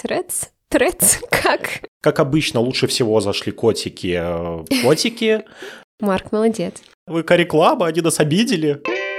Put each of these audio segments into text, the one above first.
Threads? Threads? Как? Как обычно, лучше всего зашли котики. Котики. Марк, молодец. Вы Кари-клаба, они нас обидели.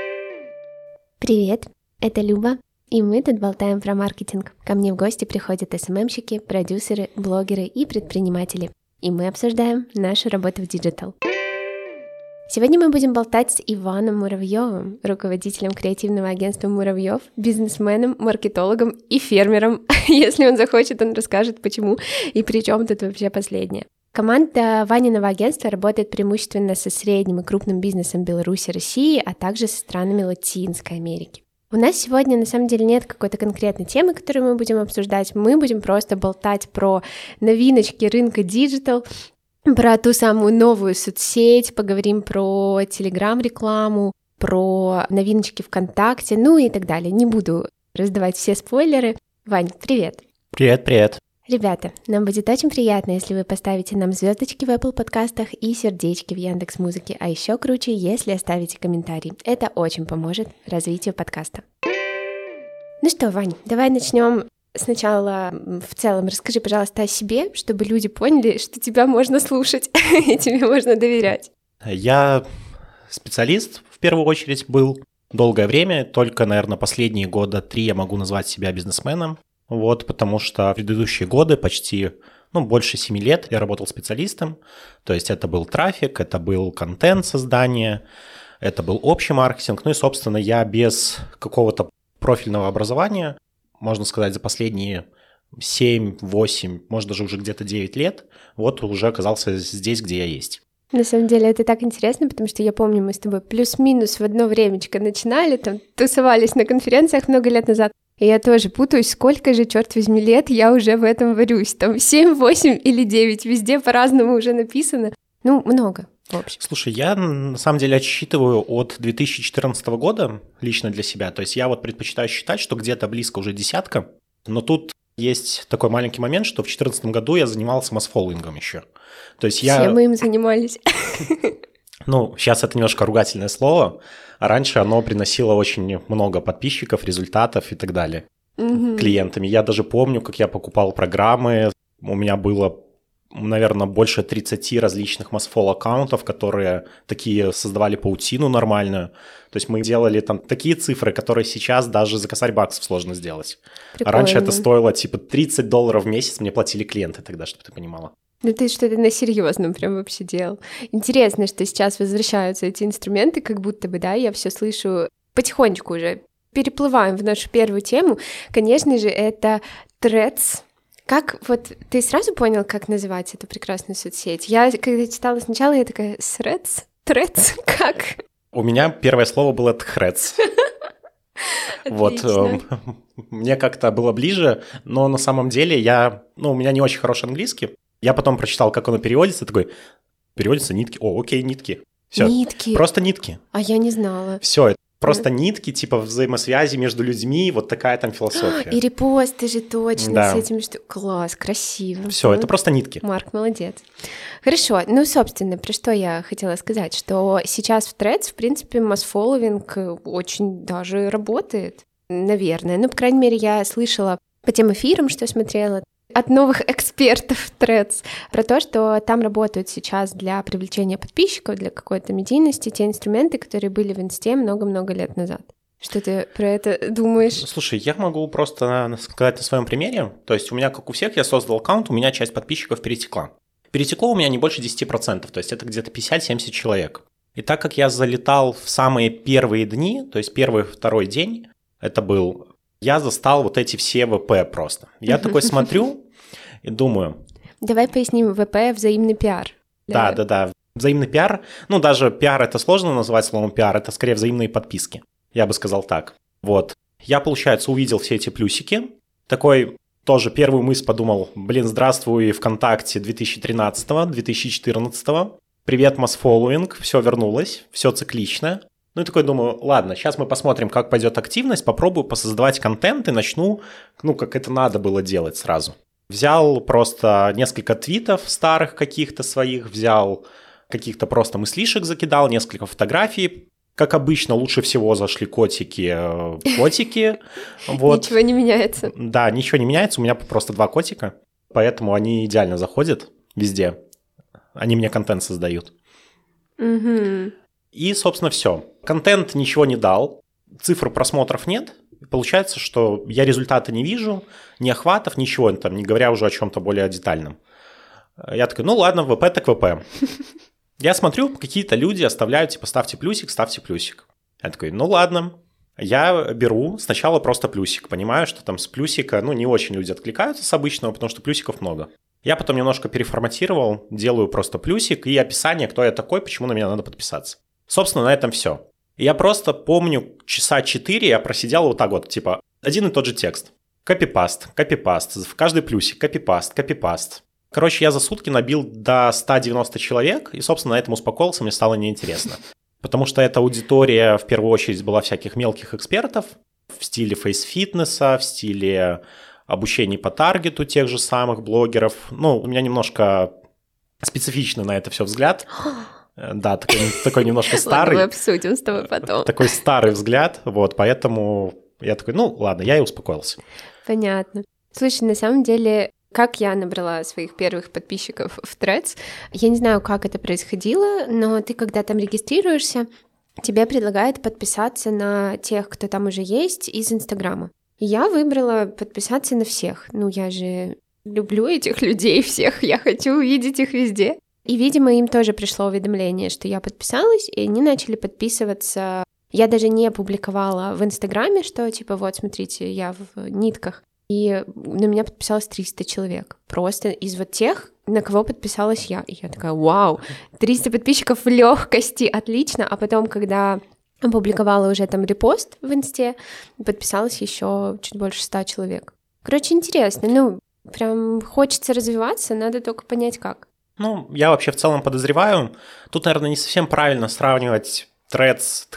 Привет, это Люба, и мы тут болтаем про маркетинг. Ко мне в гости приходят СММщики, продюсеры, блогеры и предприниматели. И мы обсуждаем нашу работу в диджитал. Сегодня мы будем болтать с Иваном Муравьевым, руководителем креативного агентства «Муравьев», бизнесменом, маркетологом и фермером. Если он захочет, он расскажет, почему и при чем тут вообще последнее. Команда Ваниного агентства работает преимущественно со средним и крупным бизнесом Беларуси, России, а также со странами Латинской Америки. У нас сегодня, на самом деле, нет какой-то конкретной темы, которую мы будем обсуждать. Мы будем просто болтать про новиночки рынка диджитал, про ту самую новую соцсеть, поговорим про Telegram-рекламу, про новиночки ВКонтакте, ну и так далее. Не буду раздавать все спойлеры. Вань, привет! Привет. Ребята, нам будет очень приятно, если вы поставите нам звездочки в Apple подкастах и сердечки в Яндекс.Музыке, а еще круче, если оставите комментарий. Это очень поможет развитию подкаста. Ну что, Вань, давай начнем сначала в целом. Расскажи, пожалуйста, о себе, чтобы люди поняли, что тебя можно слушать и тебе можно доверять. Я специалист, в первую очередь, был долгое время, только, наверное, последние года 3 я могу назвать себя бизнесменом. Вот, потому что в предыдущие годы почти, больше 7 лет я работал специалистом, то есть это был трафик, это был контент создание, это был общий маркетинг, и, собственно, я без какого-то профильного образования, можно сказать, за последние 7, 8, может, даже уже где-то 9 лет, вот уже оказался здесь, где я есть. На самом деле это так интересно, потому что я помню, мы с тобой плюс-минус в одно времечко начинали, там, тусовались на конференциях много лет назад. И я тоже путаюсь, сколько же, черт возьми, лет я уже в этом варюсь. Там 7, 8 или 9, везде по-разному уже написано. Много, в общем. Слушай, я на самом деле отсчитываю от 2014 года лично для себя. То есть я предпочитаю считать, что где-то близко уже десятка. Но тут есть такой маленький момент, что в 2014 году я занимался масс-фолловингом еще. То есть Все мы им занимались. Сейчас это немножко ругательное слово, а раньше оно приносило очень много подписчиков, результатов и так далее клиентами. Я даже помню, как я покупал программы, у меня было, наверное, больше 30 различных масс-фолл аккаунтов, которые такие создавали паутину нормальную. То есть мы делали там такие цифры, которые сейчас даже за косарь баксов сложно сделать. А раньше это стоило типа $30 в месяц, мне платили клиенты тогда, чтобы ты понимала. Ты что-то на серьезном прям вообще делал. Интересно, что сейчас возвращаются эти инструменты, как будто бы, да, я все слышу потихонечку уже. Переплываем в нашу первую тему. Конечно же, это Threads. Как ты сразу понял, как называть эту прекрасную соцсеть? Я, когда читала сначала, я такая, Threads? Как? У меня первое слово было Threads. Вот, мне как-то было ближе, но на самом деле у меня не очень хороший английский. Я потом прочитал, как оно переводится, такой, переводится нитки. Окей, нитки. Все. Нитки. Просто нитки. А я не знала. Все, это просто нитки, типа взаимосвязи между людьми, вот такая там философия. И репосты же точно да. с этим, что... Класс, красиво. Все, это просто нитки. Марк, молодец. Хорошо, собственно, про что я хотела сказать, что сейчас в Threads, в принципе, масс-фолловинг очень даже работает, наверное. По крайней мере, я слышала по тем эфирам, что смотрела, от новых экспертов Threads, про то, что там работают сейчас для привлечения подписчиков, для какой-то медийности те инструменты, которые были в Инсте много-много лет назад. Что ты про это думаешь? Слушай, я могу просто сказать на своем примере. То есть у меня, как у всех, я создал аккаунт, у меня часть подписчиков перетекла. Перетекло у меня не больше 10%, то есть это где-то 50-70 человек. И так как я залетал в самые первые дни, то есть первый-второй день, я застал вот эти все ВП просто. Я такой смотрю и думаю... Давай поясним, ВП – взаимный пиар. Да. Взаимный пиар. Даже пиар это сложно называть словом пиар, это скорее взаимные подписки. Я бы сказал так. Вот. Я, получается, увидел все эти плюсики. Такой тоже первую мысль подумал, здравствуй, ВКонтакте 2013-2014. Привет, масс-фолловинг, все вернулось, все циклично. И такой думаю, ладно, сейчас мы посмотрим, как пойдет активность, попробую посоздавать контент и начну, как это надо было делать сразу. Взял просто несколько твитов старых каких-то своих, взял каких-то просто мыслишек закидал, несколько фотографий Как обычно, лучше всего зашли котики. Вот. Ничего не меняется. Да, ничего не меняется. У меня просто 2 котика, поэтому они идеально заходят везде. Они мне контент создают. Угу. И, собственно, все. Контент ничего не дал, цифр просмотров нет. Получается, что я результата не вижу, ни охватов, ничего, там, не говоря уже о чем-то более детальном. Я такой, ну ладно, ВП так ВП. Я смотрю, какие-то люди оставляют, типа, ставьте плюсик. Я такой, ну ладно. Я беру сначала просто плюсик, понимаю, что там с плюсика, не очень люди откликаются с обычного, потому что плюсиков много. Я потом немножко переформатировал, делаю просто плюсик и описание, кто я такой, почему на меня надо подписаться. Собственно, на этом все. Я просто помню, часа 4 я просидел вот так вот, типа, один и тот же текст. Копипаст, в каждый плюсик, копипаст. Короче, я за сутки набил до 190 человек, и, собственно, на этом успокоился, мне стало неинтересно. Потому что эта аудитория, в первую очередь, была всяких мелких экспертов в стиле фейс-фитнеса, в стиле обучений по таргету тех же самых блогеров. У меня немножко специфичный на это все взгляд. Да, такой немножко старый. Ладно, мы обсудим с тобой потом. Такой старый взгляд, вот, поэтому я такой, ладно, я и успокоился. Понятно. Слушай, на самом деле, как я набрала своих первых подписчиков в Threads, я не знаю, как это происходило, но ты, когда там регистрируешься, тебе предлагают подписаться на тех, кто там уже есть, из Инстаграма. И я выбрала подписаться на всех. Я же люблю этих людей всех, я хочу увидеть их везде. И, видимо, им тоже пришло уведомление, что я подписалась, и они начали подписываться. Я даже не публиковала в Инстаграме, что, типа, вот, смотрите, я в нитках. И на меня подписалось 300 человек. Просто из вот тех, на кого подписалась я. И я такая, вау, 300 подписчиков в легкости, отлично. А потом, когда опубликовала уже там репост в Инсте, подписалось еще чуть больше 100 человек. Короче, интересно. Прям хочется развиваться, надо только понять, как. Я вообще в целом подозреваю. Тут, наверное, не совсем правильно сравнивать Threads,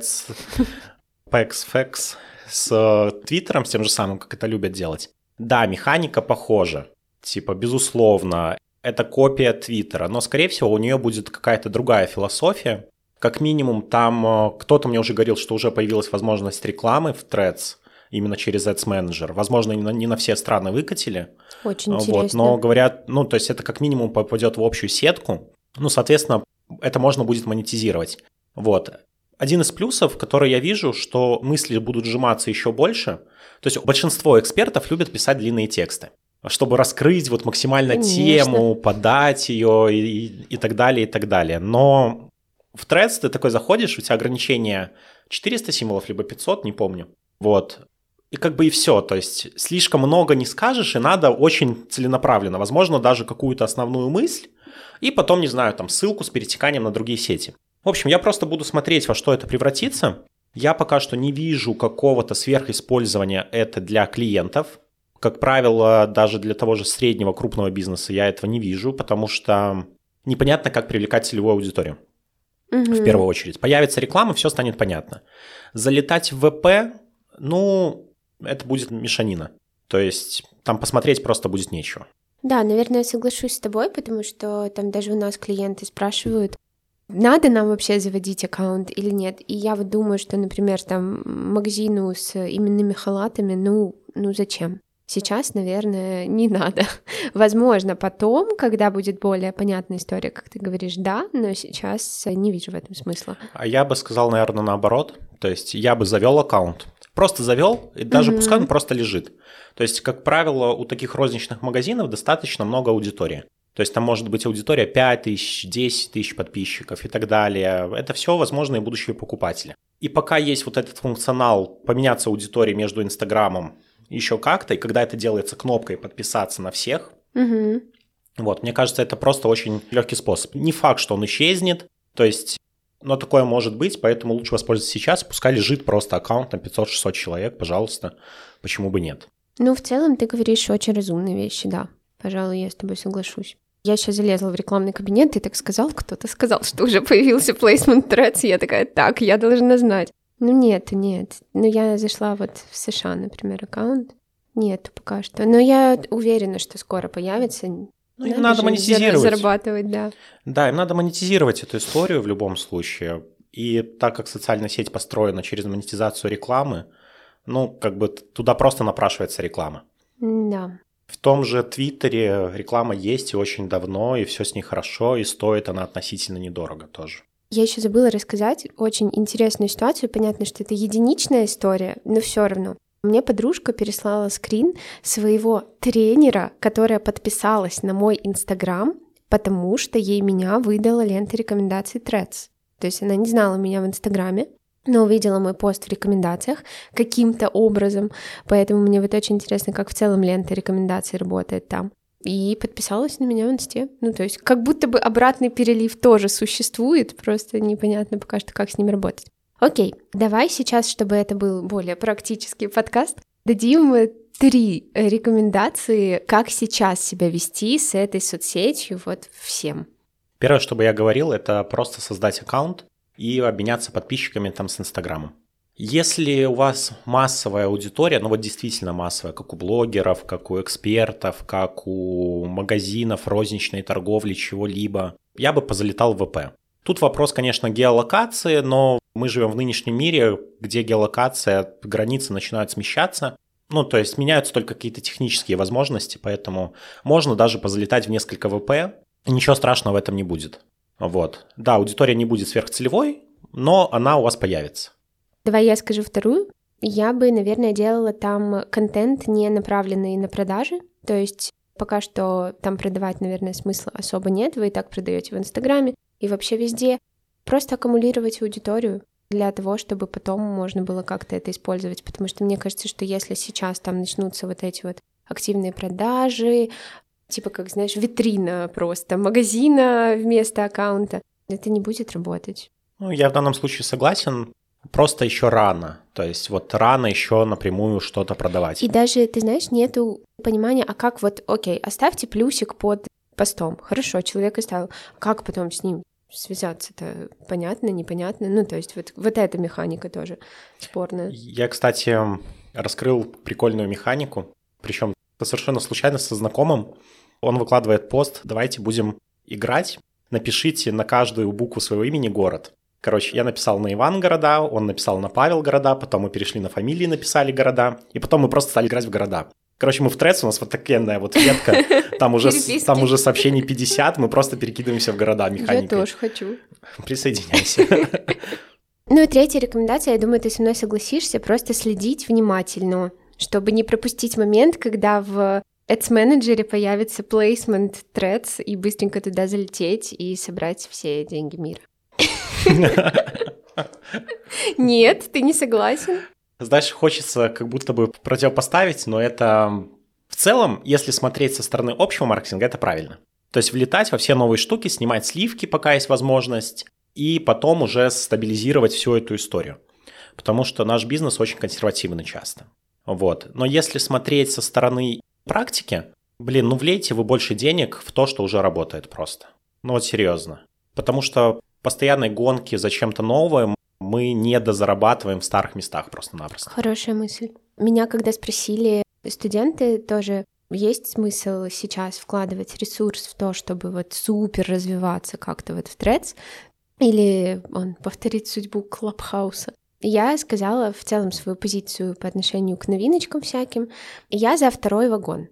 Pex с Твиттером, с тем же самым, как это любят делать. Да, механика похожа. Типа, безусловно, это копия Твиттера, но, скорее всего, у нее будет какая-то другая философия. Как минимум, там кто-то мне уже говорил, что уже появилась возможность рекламы в Threads, именно через Ads Manager. Возможно, не на все страны выкатили. Очень интересно. Но говорят, то есть это как минимум попадет в общую сетку. Соответственно, это можно будет монетизировать. Один из плюсов, который я вижу, что мысли будут сжиматься еще больше. То есть большинство экспертов любят писать длинные тексты, чтобы раскрыть максимально тему, подать ее и так далее, и так далее. Но в Threads ты такой заходишь, у тебя ограничение 400 символов, либо 500, не помню. И и все. То есть слишком много не скажешь, и надо очень целенаправленно. Возможно, даже какую-то основную мысль, и потом, не знаю, там ссылку с перетеканием на другие сети. В общем, я просто буду смотреть, во что это превратится. Я пока что не вижу какого-то сверхиспользования это для клиентов. Как правило, даже для того же среднего крупного бизнеса я этого не вижу, потому что непонятно, как привлекать целевую аудиторию. В первую очередь. Появится реклама, все станет понятно. Залетать в ВП, это будет мешанина. То есть там посмотреть просто будет нечего. Да, наверное, я соглашусь с тобой, потому что там даже у нас клиенты спрашивают, надо нам вообще заводить аккаунт или нет. И я думаю, что, например, там магазину с именными халатами, зачем? Сейчас, наверное, не надо. Возможно, потом, когда будет более понятная история, как ты говоришь, да, но сейчас не вижу в этом смысла. А я бы сказал, наверное, наоборот. То есть я бы завел аккаунт. Просто завел, и даже пускай он просто лежит. То есть, как правило, у таких розничных магазинов достаточно много аудитории. То есть там может быть аудитория 5 тысяч, 10 тысяч подписчиков и так далее. Это все возможные будущие покупатели. И пока есть вот этот функционал поменяться аудиторией между Инстаграмом еще как-то, и когда это делается кнопкой «подписаться на всех», мне кажется, это просто очень легкий способ. Не факт, что он исчезнет, то есть, но такое может быть, поэтому лучше воспользоваться сейчас, пускай лежит просто аккаунт на 500-600 человек, пожалуйста, почему бы нет. В целом ты говоришь очень разумные вещи, да, пожалуй, я с тобой соглашусь. Я сейчас залезла в рекламный кабинет, ты так сказал, кто-то сказал, что уже появился placement Threads, и я такая, так, я должна знать. Нет. Я зашла в США, например, аккаунт. Нет, пока что. Но я уверена, что скоро появится. Им надо монетизировать. Зарабатывать, да. Да, им надо монетизировать эту историю в любом случае. И так как социальная сеть построена через монетизацию рекламы, туда просто напрашивается реклама. Да. В том же Твиттере реклама есть и очень давно, и все с ней хорошо, и стоит она относительно недорого тоже. Я еще забыла рассказать очень интересную ситуацию. Понятно, что это единичная история, но все равно. Мне подружка переслала скрин своего тренера, которая подписалась на мой Инстаграм, потому что ей меня выдала лента рекомендаций Threads. То есть она не знала меня в Инстаграме, но увидела мой пост в рекомендациях каким-то образом, поэтому мне вот очень интересно, как в целом лента рекомендаций работает там. И подписалась на меня в Инсте. То есть как будто бы обратный перелив тоже существует, просто непонятно пока что, как с ним работать. Окей, давай сейчас, чтобы это был более практический подкаст, дадим 3 рекомендации, как сейчас себя вести с этой соцсетью вот всем. Первое, что бы я говорил, это просто создать аккаунт и обменяться подписчиками там с Инстаграмом. Если у вас массовая аудитория, действительно массовая, как у блогеров, как у экспертов, как у магазинов, розничной торговли, чего-либо, я бы позалетал в ВП. Тут вопрос, конечно, геолокации, но мы живем в нынешнем мире, где геолокация, границы начинают смещаться. То есть меняются только какие-то технические возможности, поэтому можно даже позалетать в несколько ВП, и ничего страшного в этом не будет. Вот. Да, аудитория не будет сверхцелевой, но она у вас появится. Давай я скажу вторую. Я бы, наверное, делала там контент, не направленный на продажи. То есть пока что там продавать, наверное, смысла особо нет. Вы и так продаете в Инстаграме и вообще везде. Просто аккумулировать аудиторию для того, чтобы потом можно было как-то это использовать. Потому что мне кажется, что если сейчас там начнутся вот эти вот активные продажи, типа как, знаешь, витрина просто магазина вместо аккаунта, это не будет работать. Я в данном случае согласен. Просто еще рано. То есть рано еще напрямую что-то продавать. И даже, ты знаешь, нету понимания, а как окей, оставьте плюсик под постом. Хорошо, человек оставил. Как потом с ним связаться-то? Понятно, непонятно? То есть вот эта механика тоже спорная. Я, кстати, раскрыл прикольную механику, причем совершенно случайно со знакомым. Он выкладывает пост: давайте будем играть, напишите на каждую букву своего имени город. Короче, я написал на Иван города, он написал на Павел города, потом мы перешли на фамилии, написали города, и потом мы просто стали играть в города. Короче, мы в Threads, у нас такая ветка, там уже сообщений 50, мы просто перекидываемся в города механикой. Я тоже хочу. Присоединяйся. И третья рекомендация, я думаю, ты со мной согласишься, просто следить внимательно, чтобы не пропустить момент, когда в Ads Manager появится placement Threads, и быстренько туда залететь и собрать все деньги мира. Нет, ты не согласен? Знаешь, хочется как будто бы противопоставить, но это в целом, если смотреть со стороны общего маркетинга, это правильно. То есть влетать во все новые штуки, снимать сливки, пока есть возможность, и потом уже стабилизировать всю эту историю. Потому что наш бизнес очень консервативный часто. Вот. Но если смотреть со стороны практики, влейте вы больше денег в то, что уже работает просто. Серьезно. Потому что постоянной гонки за чем-то новым мы не дозарабатываем в старых местах просто-напросто. Хорошая мысль. Меня когда спросили студенты тоже, есть смысл сейчас вкладывать ресурс в то, чтобы супер развиваться как-то в Threads, или повторить судьбу Клабхауса? Я сказала в целом свою позицию по отношению к новиночкам всяким. Я за второй вагон.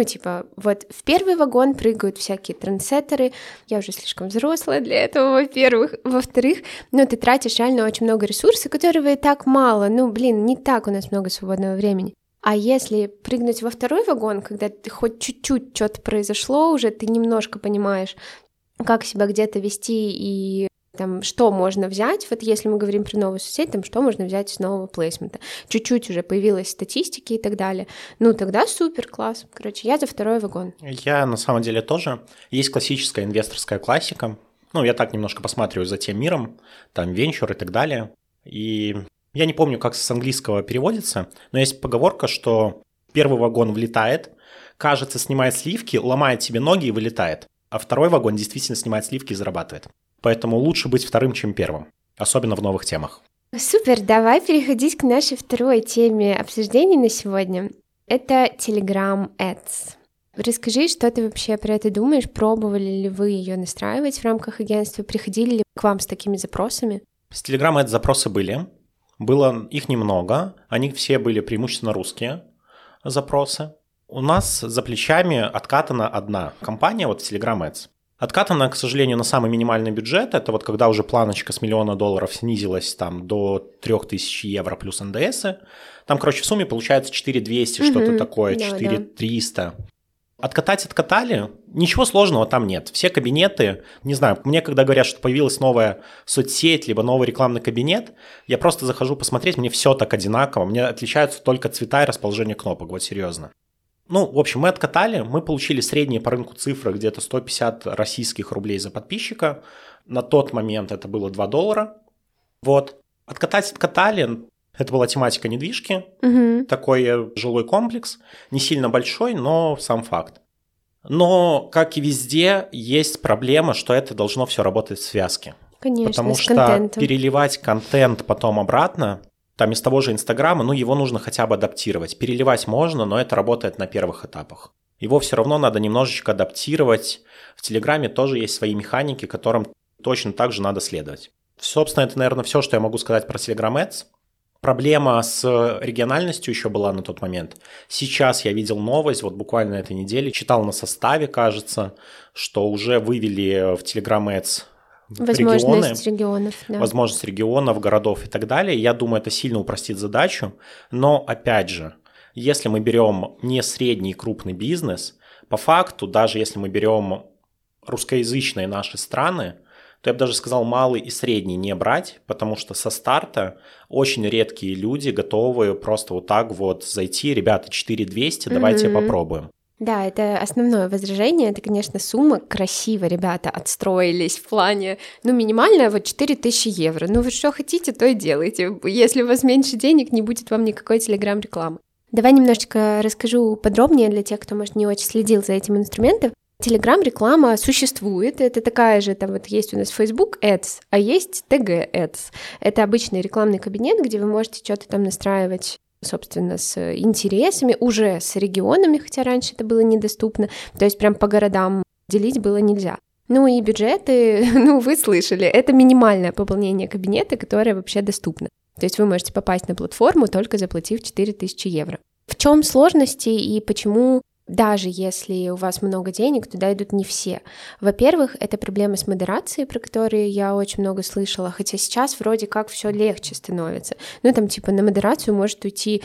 В первый вагон прыгают всякие трендсеттеры. Я уже слишком взрослая для этого, во-первых. Во-вторых, ты тратишь реально очень много ресурсов, которого и так мало. Не так у нас много свободного времени. А если прыгнуть во второй вагон, когда ты хоть чуть-чуть что-то произошло, уже ты немножко понимаешь, как себя где-то вести и что можно взять, если мы говорим про новую соцсеть, что можно взять с нового плейсмента. Чуть-чуть уже появилась статистики и так далее. Тогда супер, класс. Короче, я за второй вагон. Я на самом деле тоже. Есть классическая инвесторская классика. Я так немножко посматриваю за тем миром, там венчур и так далее. И я не помню, как с английского переводится, но есть поговорка, что первый вагон влетает, кажется, снимает сливки, ломает себе ноги и вылетает. А второй вагон действительно снимает сливки и зарабатывает. Поэтому лучше быть вторым, чем первым, особенно в новых темах. Супер, давай переходить к нашей второй теме обсуждений на сегодня. Это Telegram Ads. Расскажи, что ты вообще про это думаешь? Пробовали ли вы ее настраивать в рамках агентства? Приходили ли к вам с такими запросами? С Telegram Ads запросы были. Было их немного. Они все были преимущественно русские запросы. У нас за плечами откатана одна компания, вот Telegram Ads. Откатана, к сожалению, на самый минимальный бюджет. Это вот когда уже планочка с $1 миллиона снизилась там до 3000 евро плюс НДСы. Там, короче, в сумме получается 4200, что-то такое, 4300. Откатали. Ничего сложного там нет. Все кабинеты, не знаю, мне когда говорят, что появилась новая соцсеть, либо новый рекламный кабинет, я просто захожу посмотреть, мне все так одинаково. Мне отличаются только цвета и расположение кнопок, вот серьезно. Ну, в общем, мы откатали, мы получили средние по рынку цифры где-то 150 российских рублей за подписчика. На тот момент это было $2. Вот. Откатали. Это была тематика недвижки, такой жилой комплекс, не сильно большой, но сам факт. Но, как и везде, есть проблема, что это должно все работать в связке. Конечно, потому с что контентом. переливать контент потом обратно, там из того же Инстаграма, ну, его нужно хотя бы адаптировать. Переливать можно, но это работает на первых этапах. Его все равно надо немножечко адаптировать. В Телеграме тоже есть свои механики, которым точно так же надо следовать. Собственно, это, наверное, все, что я могу сказать про Telegram Ads. Проблема с региональностью еще была на тот момент. Сейчас я видел новость, вот буквально на этой неделе, читал на составе, кажется, что уже вывели в Telegram Ads возможность регионов, да. Возможность регионов, городов и так далее. Я думаю, это сильно упростит задачу. Но, опять же, если мы берем не средний и крупный бизнес, по факту, даже если мы берем русскоязычные наши страны, то я бы даже сказал, малый и средний не брать, потому что со старта очень редкие люди готовы просто вот так вот зайти, ребята, 4200, давайте попробуем. Да, это основное возражение, это, конечно, сумма. Красиво ребята отстроились в плане, минимальная вот 4000 евро. Вы что хотите, то и делайте. Если у вас меньше денег, не будет вам никакой телеграм-рекламы. Давай немножечко расскажу подробнее для тех, кто, может, не очень следил за этим инструментом. Телеграм-реклама существует, это такая же, там вот есть у нас Facebook Ads, а есть TG Ads. Это обычный рекламный кабинет, где вы можете что-то там настраивать, собственно, с интересами, уже с регионами, хотя раньше это было недоступно, то есть прям по городам делить было нельзя. И бюджеты, вы слышали, это минимальное пополнение кабинета, которое вообще доступно. То есть вы можете попасть на платформу, только заплатив 4000 евро. В чем сложности и почему... Даже если у вас много денег, туда идут не все. Во-первых, это проблема с модерацией, про которые я очень много слышала, хотя сейчас вроде как все легче становится. На модерацию может уйти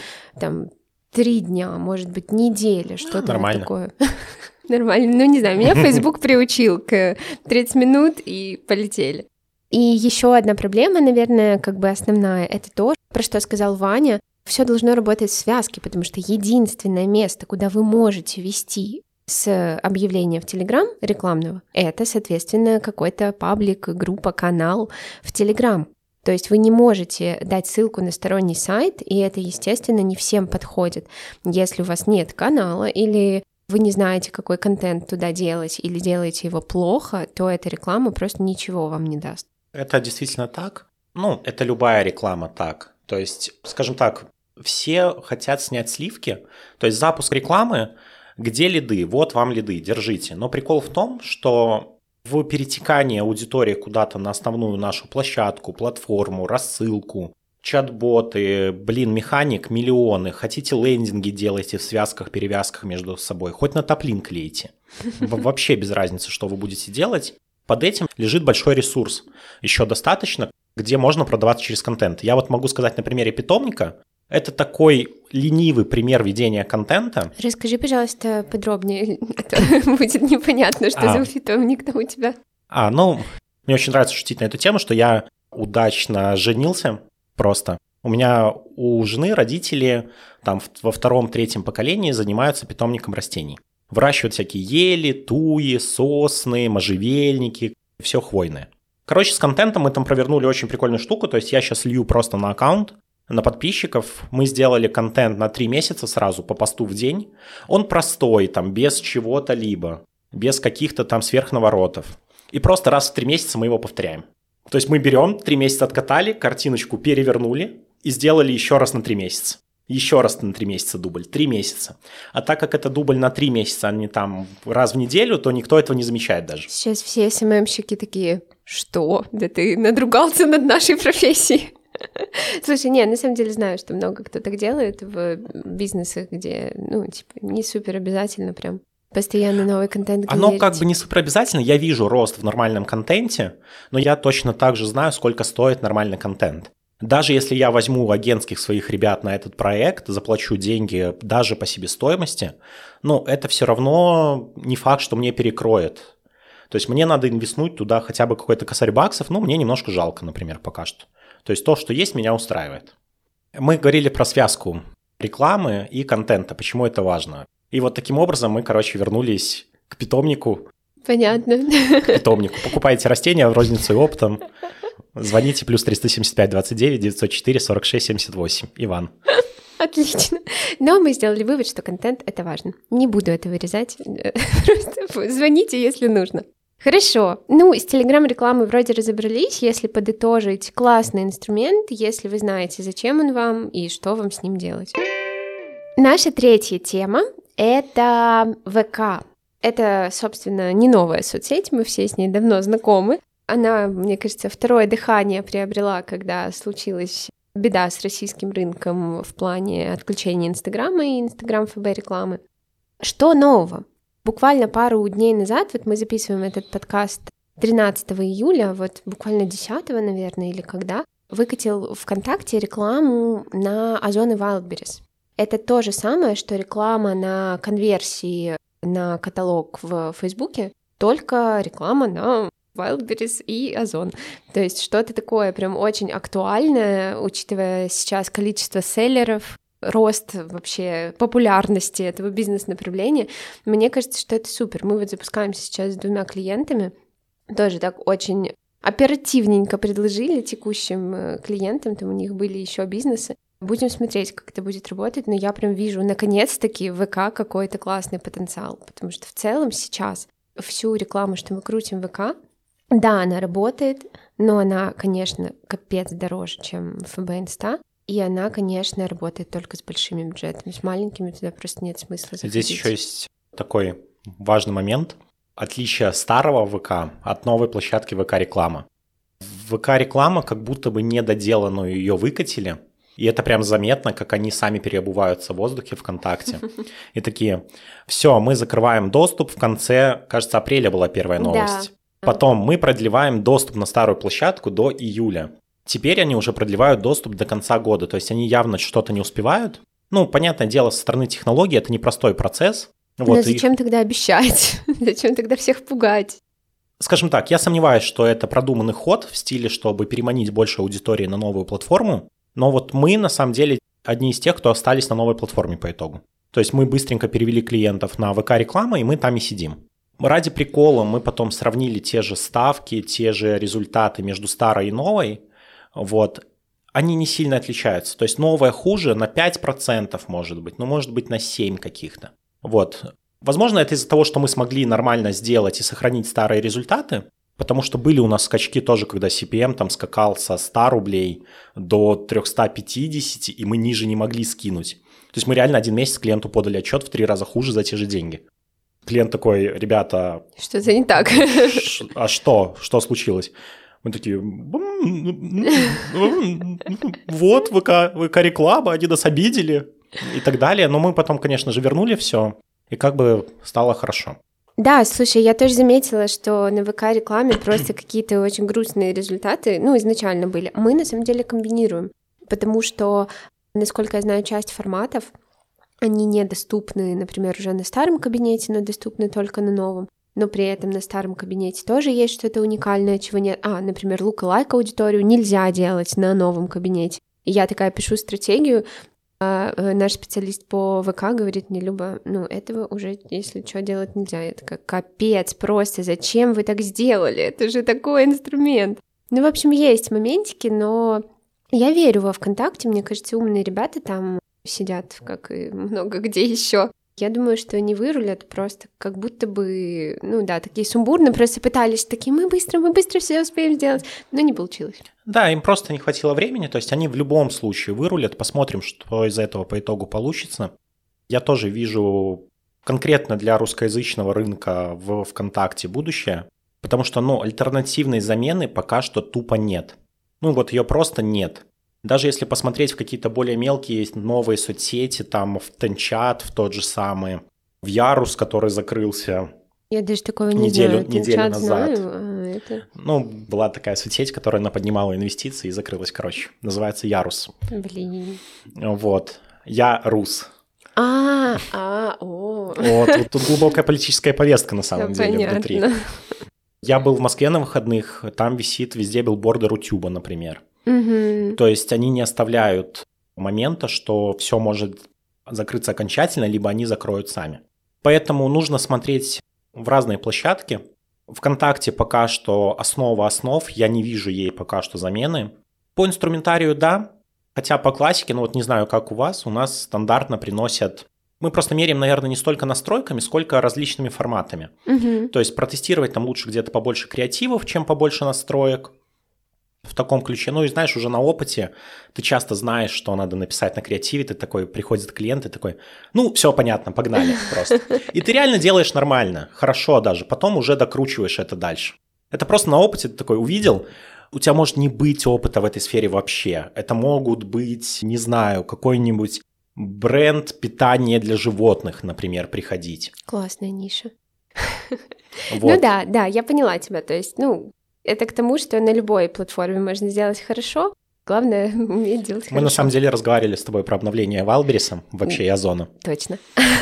3 дня, может быть, неделя, что-то такое. Нормально. Не знаю, меня Facebook приучил к 30 минут и полетели. И еще одна проблема, наверное, основная, это то, про что сказал Ваня. Все должно работать в связке, потому что единственное место, куда вы можете вести с объявления в Telegram рекламного, это, соответственно, какой-то паблик, группа, канал в Telegram. То есть вы не можете дать ссылку на сторонний сайт, и это, естественно, не всем подходит. Если у вас нет канала или вы не знаете, какой контент туда делать, или делаете его плохо, то эта реклама просто ничего вам не даст. Это действительно так. Это любая реклама так. То есть, скажем так, все хотят снять сливки. То есть запуск рекламы, где лиды, вот вам лиды, держите. Но прикол в том, что в перетекании аудитории куда-то на основную нашу площадку, платформу, рассылку, чат-боты, механик, миллионы. Хотите лендинги делайте в связках, перевязках между собой. Хоть на топ-линк клейте. Вообще без разницы, что вы будете делать. Под этим лежит большой ресурс. Еще достаточно, где можно продаваться через контент. Я вот могу сказать на примере питомника. Это такой ленивый пример ведения контента. Расскажи, пожалуйста, подробнее, а то будет непонятно, что за питомник там у тебя. Мне очень нравится шутить на эту тему, что я удачно женился просто. У меня у жены родители там во 2-3 поколении занимаются питомником растений. Выращивают всякие ели, туи, сосны, можжевельники, все хвойное. Короче, с контентом мы там провернули очень прикольную штуку, то есть я сейчас лью просто на аккаунт, на подписчиков. Мы сделали контент на 3 месяца сразу по посту в день. Он простой, без чего-то либо, без каких-то там сверхнаворотов. И просто раз в 3 месяца мы его повторяем. То есть мы берем, 3 месяца откатали, картиночку перевернули и сделали еще раз на 3 месяца. еще раз на 3 месяца дубль, 3 месяца. А так как это дубль на 3 месяца, а не там раз в неделю, то никто этого не замечает даже. Сейчас все СММщики такие: что? Да ты надругался над нашей профессией. Слушай, не, на самом деле знаю, что много кто так делает в бизнесах, где, не супер обязательно прям постоянно новый контент генерить. Оно как бы не супер обязательно. Я вижу рост в нормальном контенте, но я точно так же знаю, сколько стоит нормальный контент. Даже если я возьму агентских своих ребят на этот проект, заплачу деньги даже по себестоимости, это все равно не факт, что мне перекроет. То есть мне надо инвестнуть туда хотя бы какой-то косарь баксов, мне немножко жалко, например, пока что. То есть то, что есть, меня устраивает. Мы говорили про связку рекламы и контента, почему это важно. И вот таким образом мы, вернулись к питомнику. Понятно. К питомнику. Покупайте растения в розницу и оптом. Звоните +375 29 904 46 78. Иван. Отлично. Но мы сделали вывод, что контент — это важно. Не буду это вырезать. Просто звоните, если нужно. Хорошо. С Telegram-рекламой вроде разобрались. Если подытожить, классный инструмент, если вы знаете, зачем он вам и что вам с ним делать. Наша третья тема — это ВК. Это, собственно, не новая соцсеть, мы все с ней давно знакомы. Она, мне кажется, второе дыхание приобрела, когда случилась беда с российским рынком в плане отключения Инстаграма и Инстаграм-ФБ рекламы. Что нового? Буквально пару дней назад, мы записываем этот подкаст 13 июля, буквально 10, наверное, или когда, выкатил ВКонтакте рекламу на Озон и Wildberries. Это то же самое, что реклама на конверсии на каталог в Фейсбуке, только реклама на Wildberries и Озон. То есть что-то такое прям очень актуальное, учитывая сейчас количество селлеров, рост вообще популярности этого бизнес-направления. Мне кажется, что это супер. Мы запускаемся сейчас с 2 клиентами, тоже так очень оперативненько предложили текущим клиентам, там у них были еще бизнесы. Будем смотреть, как это будет работать, но я прям вижу, наконец-таки, в ВК какой-то классный потенциал, потому что в целом сейчас всю рекламу, что мы крутим в ВК, да, она работает, но она, конечно, капец дороже, чем ФБ Инста, и она, конечно, работает только с большими бюджетами, с маленькими туда просто нет смысла заходить. Здесь еще есть такой важный момент. Отличие старого ВК от новой площадки ВК-реклама. ВК-реклама как будто бы недоделанную ее выкатили, и это прям заметно, как они сами переобуваются в воздухе ВКонтакте. И такие: все, мы закрываем доступ. В конце, кажется, апреля была первая новость. Да. Потом мы продлеваем доступ на старую площадку до июля. Теперь они уже продлевают доступ до конца года. То есть они явно что-то не успевают. Понятное дело, со стороны технологий это непростой процесс. Но зачем тогда обещать? Зачем тогда всех пугать? Скажем так, я сомневаюсь, что это продуманный ход в стиле, чтобы переманить больше аудитории на новую платформу. Но мы, на самом деле, одни из тех, кто остались на новой платформе по итогу. То есть мы быстренько перевели клиентов на ВК-рекламу, и мы там и сидим. Ради прикола мы потом сравнили те же ставки, те же результаты между старой и новой. Они не сильно отличаются. То есть новая хуже на 5% может быть, может быть на 7% каких-то. Возможно, это из-за того, что мы смогли нормально сделать и сохранить старые результаты, потому что были у нас скачки тоже, когда CPM там скакал со 100 рублей до 350, и мы ниже не могли скинуть. То есть мы реально 1 месяц клиенту подали отчет в 3 раза хуже за те же деньги. Клиент такой: ребята... Что-то не так. А что? Что случилось? Мы такие: ВК-реклама, они нас обидели и так далее. Но мы потом, конечно же, вернули все, и стало хорошо. Да, слушай, я тоже заметила, что на ВК-рекламе просто какие-то очень грустные результаты, изначально были. Мы, на самом деле, комбинируем, потому что, насколько я знаю, часть форматов, они недоступны, например, уже на старом кабинете, но доступны только на новом. Но при этом на старом кабинете тоже есть что-то уникальное, чего нет. Например, лук-лайк аудиторию нельзя делать на новом кабинете. И я такая пишу стратегию, наш специалист по ВК говорит мне: Люба, этого уже, если что, делать нельзя. Я такая: капец, просто зачем вы так сделали? Это же такой инструмент. В общем, есть моментики, но я верю во ВКонтакте. Мне кажется, умные ребята там сидят, как и много где еще. Я думаю, что они вырулят просто как будто бы, такие сумбурные, просто пытались такие, мы быстро все успеем сделать, но не получилось. Да, им просто не хватило времени, то есть они в любом случае вырулят, посмотрим, что из этого по итогу получится. Я тоже вижу конкретно для русскоязычного рынка в ВКонтакте будущее, потому что, альтернативной замены пока что тупо нет. Ее просто нет. Даже если посмотреть в какие-то более мелкие новые соцсети, там в Тенчат, в тот же самый, в Ярус, который закрылся я даже такого не знаю. Неделю назад. Знаю, это... Была такая соцсеть, которая поднимала инвестиции и закрылась, называется Ярус. Блин. Вот. Я рус. Вот тут глубокая политическая повестка на самом деле понятно. Внутри. Я был в Москве на выходных, там висит везде билборды Рутюба, например. Угу. То есть они не оставляют момента, что все может закрыться окончательно, либо они закроют сами. Поэтому нужно смотреть в разные площадки. ВКонтакте пока что основа основ, я не вижу ей пока что замены. По инструментарию да, хотя по классике, не знаю, как у нас стандартно приносят... Мы просто меряем, наверное, не столько настройками, сколько различными форматами. Угу. То есть протестировать там лучше где-то побольше креативов, чем побольше настроек. В таком ключе. И знаешь, уже на опыте ты часто знаешь, что надо написать на креативе, ты такой, приходит клиент, и такой, все понятно, погнали просто. И ты реально делаешь нормально, хорошо даже, потом уже докручиваешь это дальше. Это просто на опыте ты такой увидел, у тебя может не быть опыта в этой сфере вообще. Это могут быть, не знаю, какой-нибудь бренд питания для животных, например, приходить. Классная ниша. Вот. Да, я поняла тебя, то есть, это к тому, что на любой платформе можно сделать хорошо, главное уметь делать хорошо. Мы на самом деле разговаривали с тобой про обновление Wildberries, вообще и Озона. Точно.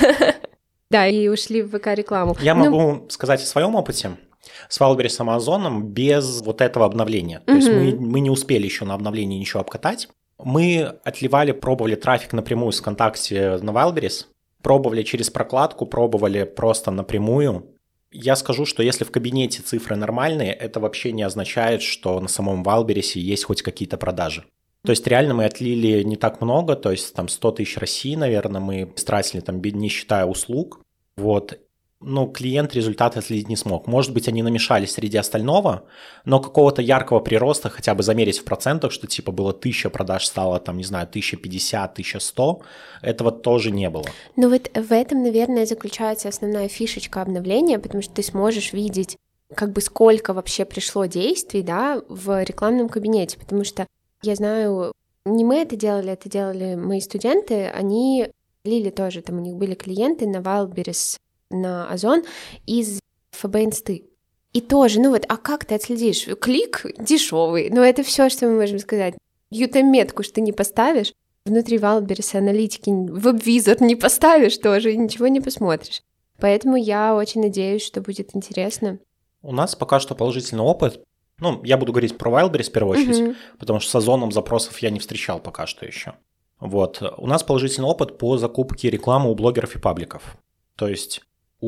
Да, и ушли в ВК-рекламу. Я могу сказать о своем опыте с Wildberries и Озоном без вот этого обновления. То есть мы не успели еще на обновлении ничего обкатать. Мы отливали, пробовали трафик напрямую с ВКонтакте на Wildberries, пробовали через прокладку, пробовали просто напрямую. Я скажу, что если в кабинете цифры нормальные, это вообще не означает, что на самом Wildberries есть хоть какие-то продажи. То есть реально мы отлили не так много, то есть там 100 тысяч России, наверное, мы стратили, там, не считая услуг. Вот. Клиент результаты отследить не смог. Может быть, они намешались среди остального, но какого-то яркого прироста, хотя бы замерить в процентах, что типа было 1000 продаж, стало там, не знаю, 1050, 1100, этого тоже не было. Вот в этом, наверное, заключается основная фишечка обновления, потому что ты сможешь видеть, сколько вообще пришло действий, да, в рекламном кабинете, потому что я знаю, не мы это делали мои студенты, они лили тоже, там у них были клиенты на Wildberries, на Озон из ФБ-инсты. И тоже, а как ты отследишь? Клик дешевый, это все, что мы можем сказать. UTM-метку что ты не поставишь, внутри Wildberries аналитики веб-визор не поставишь тоже, и ничего не посмотришь. Поэтому я очень надеюсь, что будет интересно. У нас пока что положительный опыт. Я буду говорить про Wildberries в первую очередь, потому что с Озоном запросов я не встречал пока что еще. Вот. У нас положительный опыт по закупке рекламы у блогеров и пабликов. То есть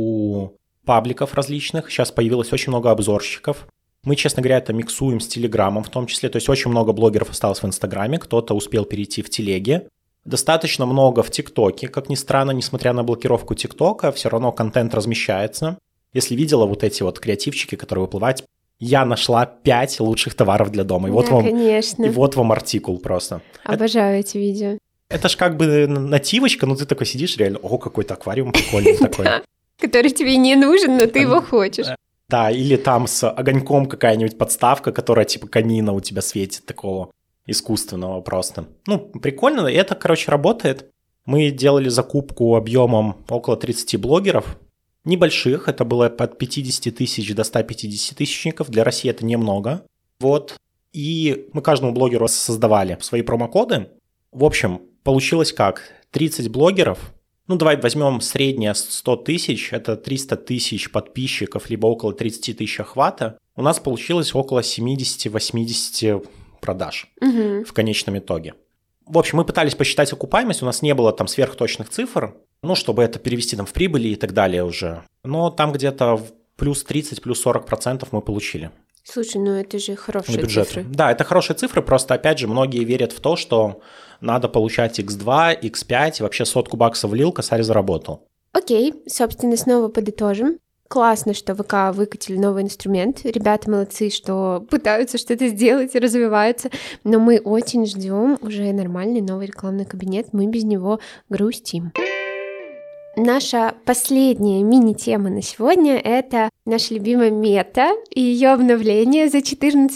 у пабликов различных сейчас появилось очень много обзорщиков. Мы, честно говоря, это миксуем с Телеграмом в том числе. То есть очень много блогеров осталось в Инстаграме, кто-то успел перейти в Телеге. Достаточно много в ТикТоке, как ни странно, несмотря на блокировку ТикТока, все равно контент размещается. Если видела вот эти креативчики, которые выплывают, я нашла 5 лучших товаров для дома. И вот вам, конечно. И вот вам артикул просто. Обожаю эти видео. Это ж нативочка, ты такой сидишь реально, какой-то аквариум прикольный такой. Который тебе не нужен, но ты его хочешь. Да, или там с огоньком какая-нибудь подставка, которая типа камина у тебя светит, такого искусственного просто. Прикольно, и это, работает. Мы делали закупку объемом около 30 блогеров, небольших, это было от 50 тысяч до 150 тысячников, для России это немного. Вот, и мы каждому блогеру создавали свои промокоды. В общем, получилось как? 30 блогеров, давай возьмем среднее 100 тысяч, это 300 тысяч подписчиков, либо около 30 тысяч охвата. У нас получилось около 70-80 продаж в конечном итоге. В общем, мы пытались посчитать окупаемость, у нас не было там сверхточных цифр, чтобы это перевести там в прибыли и так далее уже. Но там где-то плюс 30, плюс 40% мы получили. Слушай, это же хорошие цифры. Да, это хорошие цифры, просто опять же многие верят в то, что надо получать X2, X5, и вообще $100 влил, косарь заработал. Окей, собственно, снова подытожим. Классно, что ВК выкатили новый инструмент. Ребята молодцы, что пытаются что-то сделать и развиваются. Но мы очень ждем уже нормальный новый рекламный кабинет. Мы без него грустим. Наша последняя мини-тема на сегодня — это наша любимая мета и ее обновление за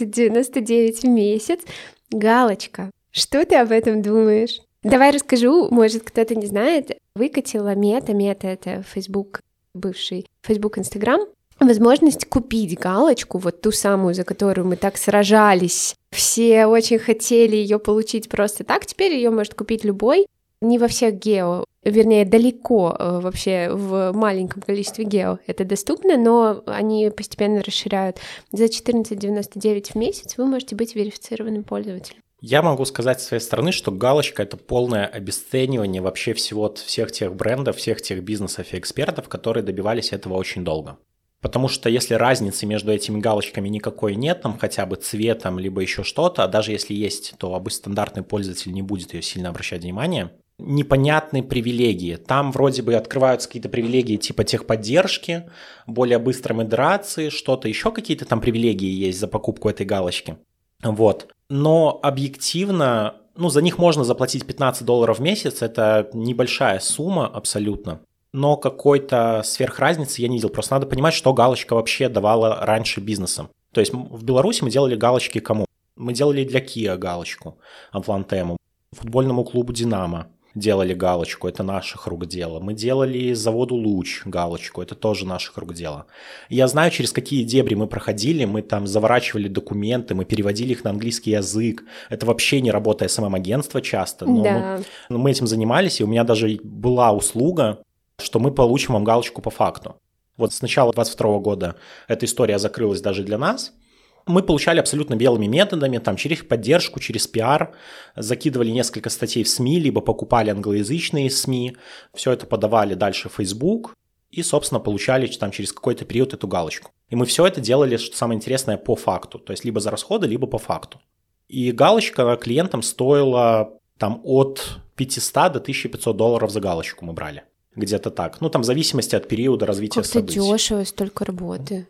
$14.99 в месяц. Галочка. Что ты об этом думаешь? Давай расскажу, может, кто-то не знает. Выкатила мета — это Facebook, бывший Facebook, Instagram, возможность купить галочку, вот ту самую, за которую мы так сражались. Все очень хотели ее получить просто так. Теперь ее может купить любой. Не во всех гео, вернее, далеко вообще в маленьком количестве гео это доступно, но они постепенно расширяют. За $14.99 в месяц вы можете быть верифицированным пользователем. Я могу сказать со своей стороны, что галочка – это полное обесценивание вообще всех тех брендов, всех тех бизнесов и экспертов, которые добивались этого очень долго. Потому что если разницы между этими галочками никакой нет, там хотя бы цветом, либо еще что-то, а даже если есть, то обычно стандартный пользователь не будет ее сильно обращать внимание. Непонятные привилегии. Там вроде бы открываются какие-то привилегии типа техподдержки, более быстрой модерации, что-то еще какие-то там привилегии есть за покупку этой галочки. Вот. Но объективно, за них можно заплатить $15 в месяц, это небольшая сумма абсолютно, но какой-то сверхразницы я не видел. Просто надо понимать, что галочка вообще давала раньше бизнесам. То есть в Беларуси мы делали галочки кому? Мы делали для Kia галочку, Атлантему, футбольному клубу «Динамо» делали галочку, это наших рук дело. Мы делали заводу «Луч» галочку, это тоже наших рук дело. Я знаю, через какие дебри мы проходили, мы там заворачивали документы, мы переводили их на английский язык. Это вообще не работа СММ-агентства часто, но мы этим занимались, и у меня даже была услуга, что мы получим вам галочку по факту. Вот с начала 2022 года эта история закрылась даже для нас. Мы получали абсолютно белыми методами, там, через поддержку, через пиар, закидывали несколько статей в СМИ, либо покупали англоязычные СМИ, все это подавали дальше в Facebook и, собственно, получали там через какой-то период эту галочку. И мы все это делали, что самое интересное, по факту, то есть либо за расходы, либо по факту. И галочка клиентам стоила там от $500 до $1500 за галочку мы брали. Где-то так. Там в зависимости от периода развития событий. Как-то дешево, столько работы.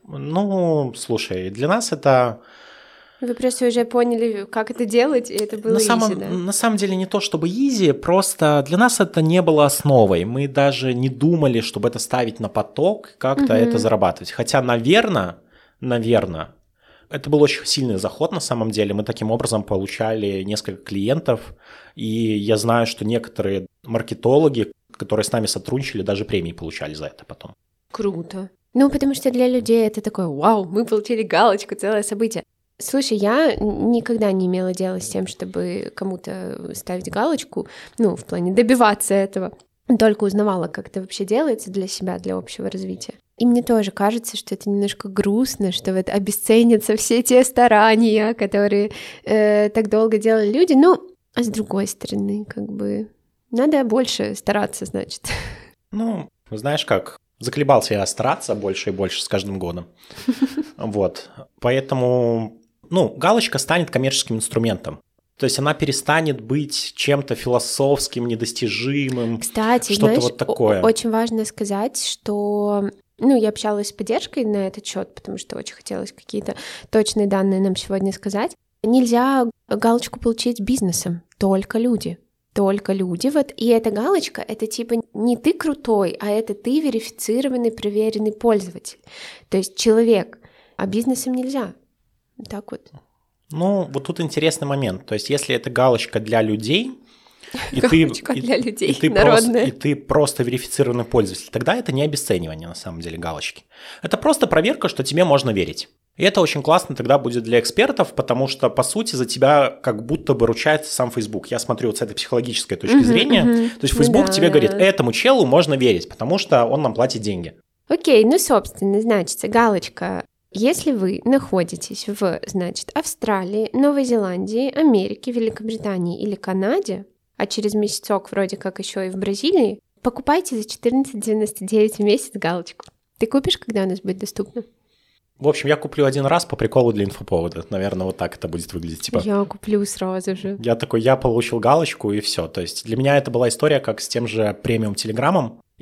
Слушай, для нас это... Вы просто уже поняли, как это делать, и это было easy, да? На самом деле не то чтобы easy, просто для нас это не было основой. Мы даже не думали, чтобы это ставить на поток, как-то это зарабатывать. Хотя, наверное, это был очень сильный заход на самом деле. Мы таким образом получали несколько клиентов, и я знаю, что некоторые маркетологи, которые с нами сотрудничали, даже премии получали за это потом. Круто. Потому что для людей это такое: вау, мы получили галочку, целое событие. Слушай, я никогда не имела дела с тем, чтобы кому-то ставить галочку, в плане добиваться этого. Только узнавала, как это вообще делается для себя, для общего развития. И мне тоже кажется, что это немножко грустно, что вот обесценятся все те старания, которые так долго делали люди. А с другой стороны, надо больше стараться, значит. Знаешь как, заколебался я стараться больше и больше с каждым годом. Вот. Поэтому, галочка станет коммерческим инструментом. То есть она перестанет быть чем-то философским, недостижимым. Кстати, что-то вот такое. Очень важно сказать, что... я общалась с поддержкой на этот счет, потому что очень хотелось какие-то точные данные нам сегодня сказать. Нельзя галочку получить бизнесом, только люди. И эта галочка — это типа не ты крутой, а это ты верифицированный, проверенный пользователь. То есть человек, а бизнесом нельзя. Так вот. Вот тут интересный момент. То есть если это галочка для людей, и ты просто верифицированный пользователь, тогда это не обесценивание на самом деле галочки. Это просто проверка, что тебе можно верить. И это очень классно тогда будет для экспертов, потому что, по сути, за тебя как будто бы ручается сам Facebook. Я смотрю вот с этой психологической точки зрения. То есть Facebook тебе говорит: этому челу можно верить, потому что он нам платит деньги. Окей, собственно, значит, галочка. Если вы находитесь в, Австралии, Новой Зеландии, Америке, Великобритании или Канаде, а через месяцок вроде как еще и в Бразилии, покупайте за $14.99 в месяц галочку. Ты купишь, когда у нас будет доступно? В общем, я куплю один раз по приколу для инфоповода. Наверное, вот так это будет выглядеть. Я куплю сразу же. Я получил галочку и все. То есть для меня это была история как с тем же премиум Телеграмом.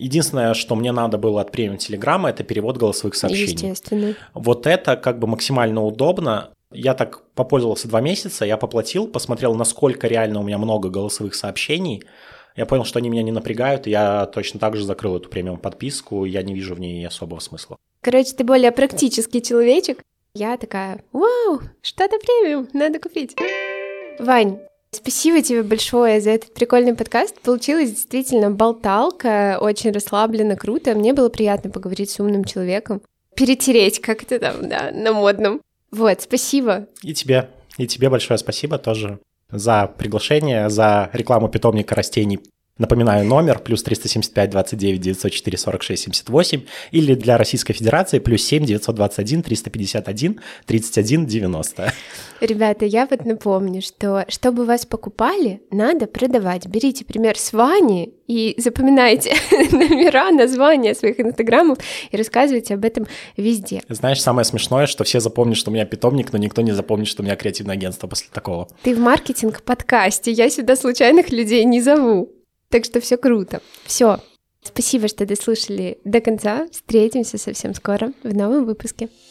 Единственное, что мне надо было от премиум Телеграма, это перевод голосовых сообщений. Естественно. Вот это как бы максимально удобно. Я так попользовался 2 месяца, я поплатил, посмотрел, насколько реально у меня много голосовых сообщений. Я понял, что они меня не напрягают, и я точно так же закрыл эту премиум подписку, я не вижу в ней особого смысла. Короче, ты более практический человечек. Я такая, вау, что-то премиум, надо купить. Вань, спасибо тебе большое за этот прикольный подкаст. Получилась действительно болталка, очень расслабленно, круто. Мне было приятно поговорить с умным человеком. Перетереть, как это там, да, на модном. Вот, спасибо. И тебе большое спасибо тоже за приглашение, за рекламу питомника растений. Напоминаю, номер +375 29 904 46 78 или для Российской Федерации +7 921 351 31 90. Ребята, я вот напомню, что чтобы вас покупали, надо продавать. Берите пример с Вани и запоминайте номера, названия своих инстаграмов и рассказывайте об этом везде. Знаешь, самое смешное, что все запомнят, что у меня питомник, но никто не запомнит, что у меня креативное агентство после такого. Ты в маркетинг-подкасте, я сюда случайных людей не зову. Так что все круто. Все. Спасибо, что дослушали до конца. Встретимся совсем скоро в новом выпуске.